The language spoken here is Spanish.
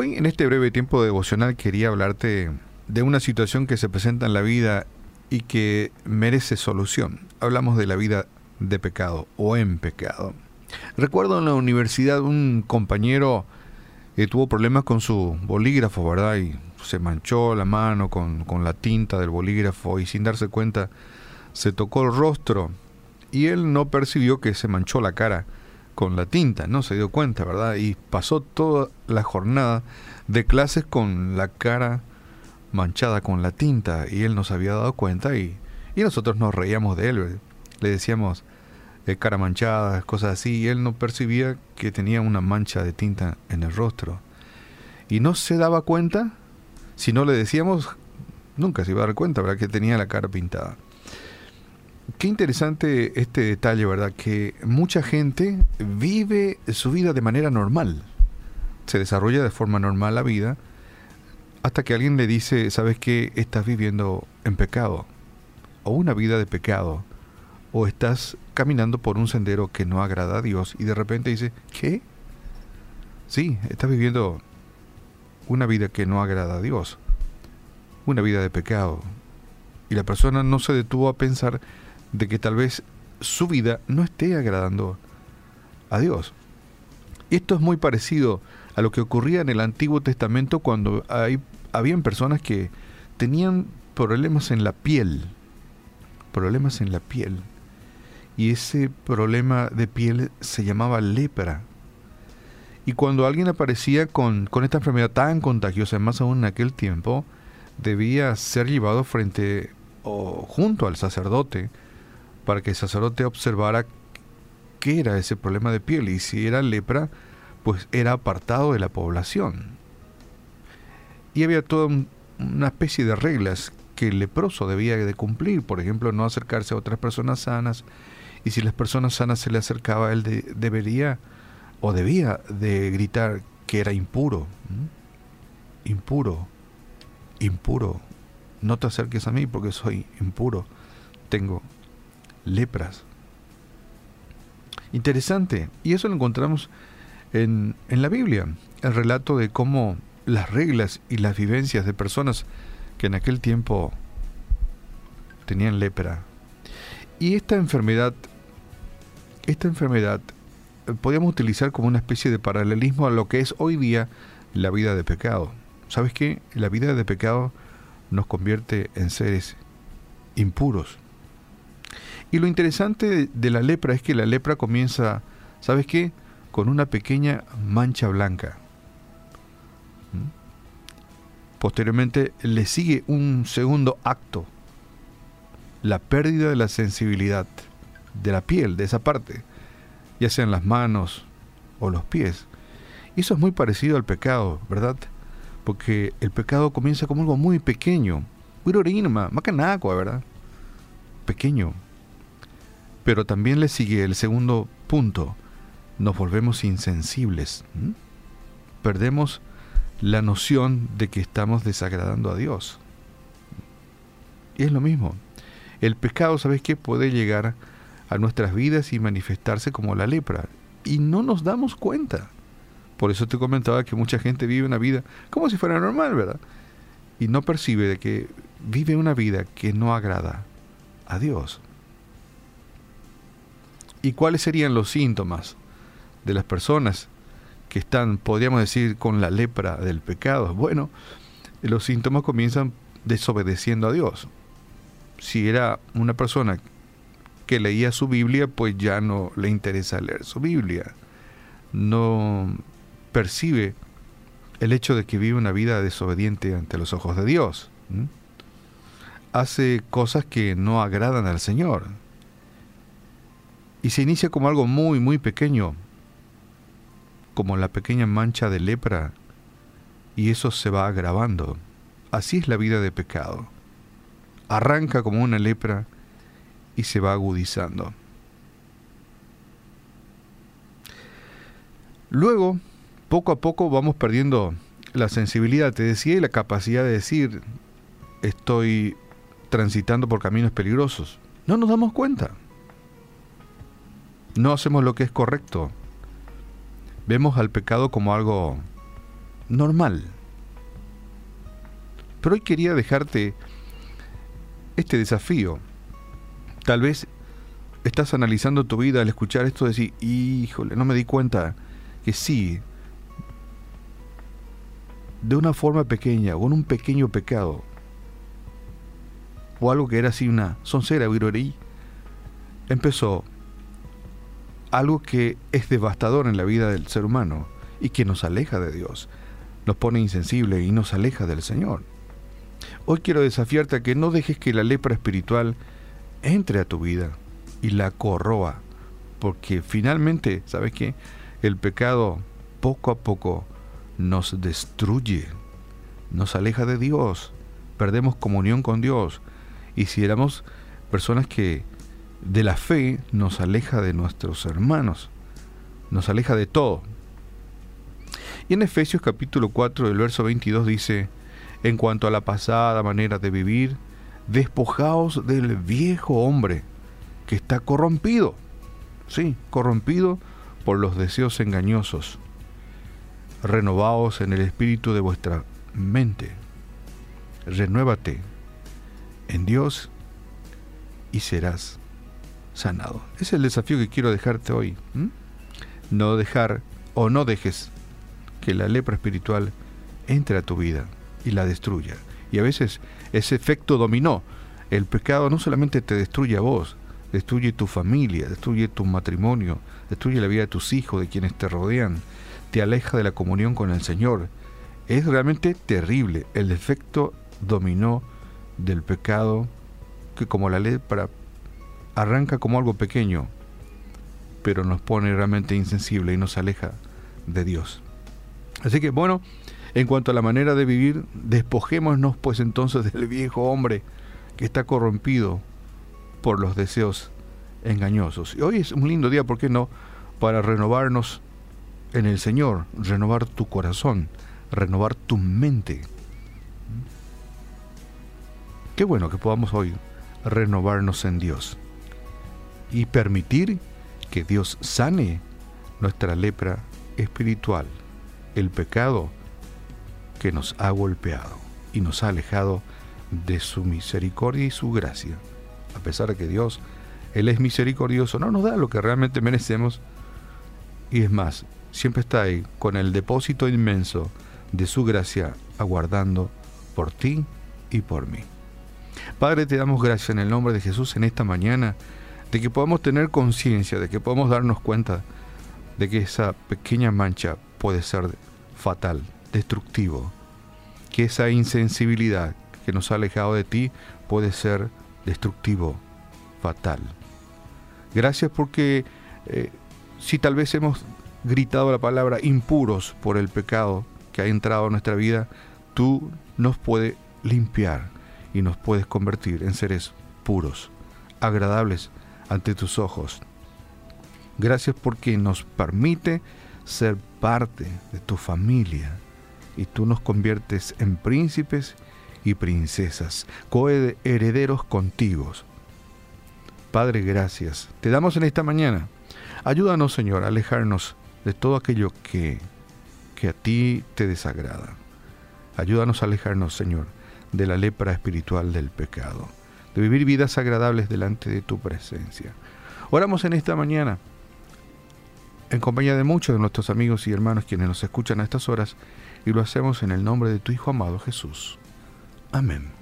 Hoy, en este breve tiempo devocional, quería hablarte de una situación que se presenta en la vida y que merece solución. Hablamos de la vida de pecado o en pecado. Recuerdo en la universidad un compañero tuvo problemas con su bolígrafo, ¿verdad? Y se manchó la mano con la tinta del bolígrafo y sin darse cuenta se tocó el rostro y él no percibió que se manchó la cara con la tinta, no se dio cuenta, ¿verdad? Y pasó toda la jornada de clases con la cara manchada con la tinta y él no se había dado cuenta y nosotros nos reíamos de él, ¿verdad? Le decíamos cara manchada, cosas así, y él no percibía que tenía una mancha de tinta en el rostro. Y no se daba cuenta, si no le decíamos, nunca se iba a dar cuenta, ¿verdad? Que tenía la cara pintada. Qué interesante este detalle, ¿verdad? Que mucha gente vive su vida de manera normal. Se desarrolla de forma normal la vida hasta que alguien le dice, ¿sabes qué? Estás viviendo en pecado o una vida de pecado o estás caminando por un sendero que no agrada a Dios y de repente dice, ¿qué? Sí, estás viviendo una vida que no agrada a Dios, una vida de pecado. Y la persona no se detuvo a pensar de que tal vez su vida no esté agradando a Dios. Y esto es muy parecido a lo que ocurría en el Antiguo Testamento cuando habían personas que tenían problemas en la piel. Problemas en la piel. Y ese problema de piel se llamaba lepra. Y cuando alguien aparecía con esta enfermedad tan contagiosa, más aún en aquel tiempo, debía ser llevado frente o junto al sacerdote para que el sacerdote observara qué era ese problema de piel. Y si era lepra, pues era apartado de la población. Y había toda una especie de reglas que el leproso debía de cumplir. Por ejemplo, no acercarse a otras personas sanas. Y si las personas sanas se le acercaba, él debía de gritar que era impuro. Impuro, impuro. No te acerques a mí porque soy impuro. Tengo lepras. Interesante. Y eso lo encontramos en la Biblia. El relato de cómo las reglas y las vivencias de personas que en aquel tiempo tenían lepra. Y esta enfermedad podríamos utilizar como una especie de paralelismo a lo que es hoy día la vida de pecado. ¿Sabes qué? La vida de pecado nos convierte en seres impuros. Y lo interesante de la lepra es que la lepra comienza, ¿sabes qué? Con una pequeña mancha blanca. Posteriormente le sigue un segundo acto, la pérdida de la sensibilidad de la piel, de esa parte, ya sean las manos o los pies. Y eso es muy parecido al pecado, ¿verdad? Porque el pecado comienza como algo muy pequeño, macanaco, ¿verdad? Pequeño. Pero también le sigue el segundo punto, nos volvemos insensibles. Perdemos la noción de que estamos desagradando a Dios. Y es lo mismo. El pecado, ¿sabes qué? Puede llegar a nuestras vidas y manifestarse como la lepra. Y no nos damos cuenta. Por eso te comentaba que mucha gente vive una vida como si fuera normal, ¿verdad? Y no percibe de que vive una vida que no agrada a Dios. ¿Y cuáles serían los síntomas de las personas que están, podríamos decir, con la lepra del pecado? Bueno, los síntomas comienzan desobedeciendo a Dios. Si era una persona que leía su Biblia, pues ya no le interesa leer su Biblia. No percibe el hecho de que vive una vida desobediente ante los ojos de Dios. Hace cosas que no agradan al Señor. Y se inicia como algo muy, muy pequeño, como la pequeña mancha de lepra, y eso se va agravando. Así es la vida de pecado. Arranca como una lepra y se va agudizando. Luego, poco a poco vamos perdiendo la sensibilidad, te decía, y la capacidad de decir, estoy transitando por caminos peligrosos. No nos damos cuenta. No hacemos lo que es correcto. Vemos al pecado como algo normal. Pero hoy quería dejarte este desafío. Tal vez estás analizando tu vida al escuchar esto y decir, híjole, no me di cuenta que sí, de una forma pequeña, o en un pequeño pecado, o algo que era así una soncera, viroreí, empezó algo que es devastador en la vida del ser humano y que nos aleja de Dios, nos pone insensible y nos aleja del Señor. Hoy quiero desafiarte a que no dejes que la lepra espiritual entre a tu vida y la corroa, porque finalmente, ¿sabes qué? El pecado poco a poco nos destruye, nos aleja de Dios, perdemos comunión con Dios, y si éramos personas que de la fe, nos aleja de nuestros hermanos, nos aleja de todo. Y en Efesios capítulo 4, el verso 22 dice, en cuanto a la pasada manera de vivir, despojaos del viejo hombre que está corrompido, sí, corrompido por los deseos engañosos. Renovaos en el espíritu de vuestra mente. Renuévate en Dios y serás sanado. Ese es el desafío que quiero dejarte hoy. No dejar o no dejes que la lepra espiritual entre a tu vida y la destruya. Y a veces ese efecto dominó. El pecado no solamente te destruye a vos, destruye tu familia, destruye tu matrimonio, destruye la vida de tus hijos, de quienes te rodean, te aleja de la comunión con el Señor. Es realmente terrible el efecto dominó del pecado, que como la lepra arranca como algo pequeño, pero nos pone realmente insensible y nos aleja de Dios. Así que bueno, en cuanto a la manera de vivir, despojémonos pues entonces del viejo hombre que está corrompido por los deseos engañosos. Y hoy es un lindo día, ¿por qué no?, para renovarnos en el Señor, renovar tu corazón, renovar tu mente. Qué bueno que podamos hoy renovarnos en Dios y permitir que Dios sane nuestra lepra espiritual, el pecado que nos ha golpeado y nos ha alejado de su misericordia y su gracia. A pesar de que Dios, Él es misericordioso, no nos da lo que realmente merecemos, y es más, siempre está ahí con el depósito inmenso de su gracia aguardando por ti y por mí. Padre, te damos gracias en el nombre de Jesús en esta mañana, de que podamos tener conciencia, de que podamos darnos cuenta de que esa pequeña mancha puede ser fatal, destructivo, que esa insensibilidad que nos ha alejado de ti puede ser destructivo, fatal. Gracias porque si tal vez hemos gritado la palabra impuros por el pecado que ha entrado en nuestra vida, tú nos puedes limpiar y nos puedes convertir en seres puros, agradables ante tus ojos. Gracias porque nos permite ser parte de tu familia y tú nos conviertes en príncipes y princesas, coherederos contigo. Padre, gracias. Te damos en esta mañana. Ayúdanos, Señor, a alejarnos de todo aquello que a ti te desagrada. Ayúdanos a alejarnos, Señor, de la lepra espiritual del pecado, de vivir vidas agradables delante de tu presencia. Oramos en esta mañana en compañía de muchos de nuestros amigos y hermanos quienes nos escuchan a estas horas, y lo hacemos en el nombre de tu Hijo amado Jesús. Amén.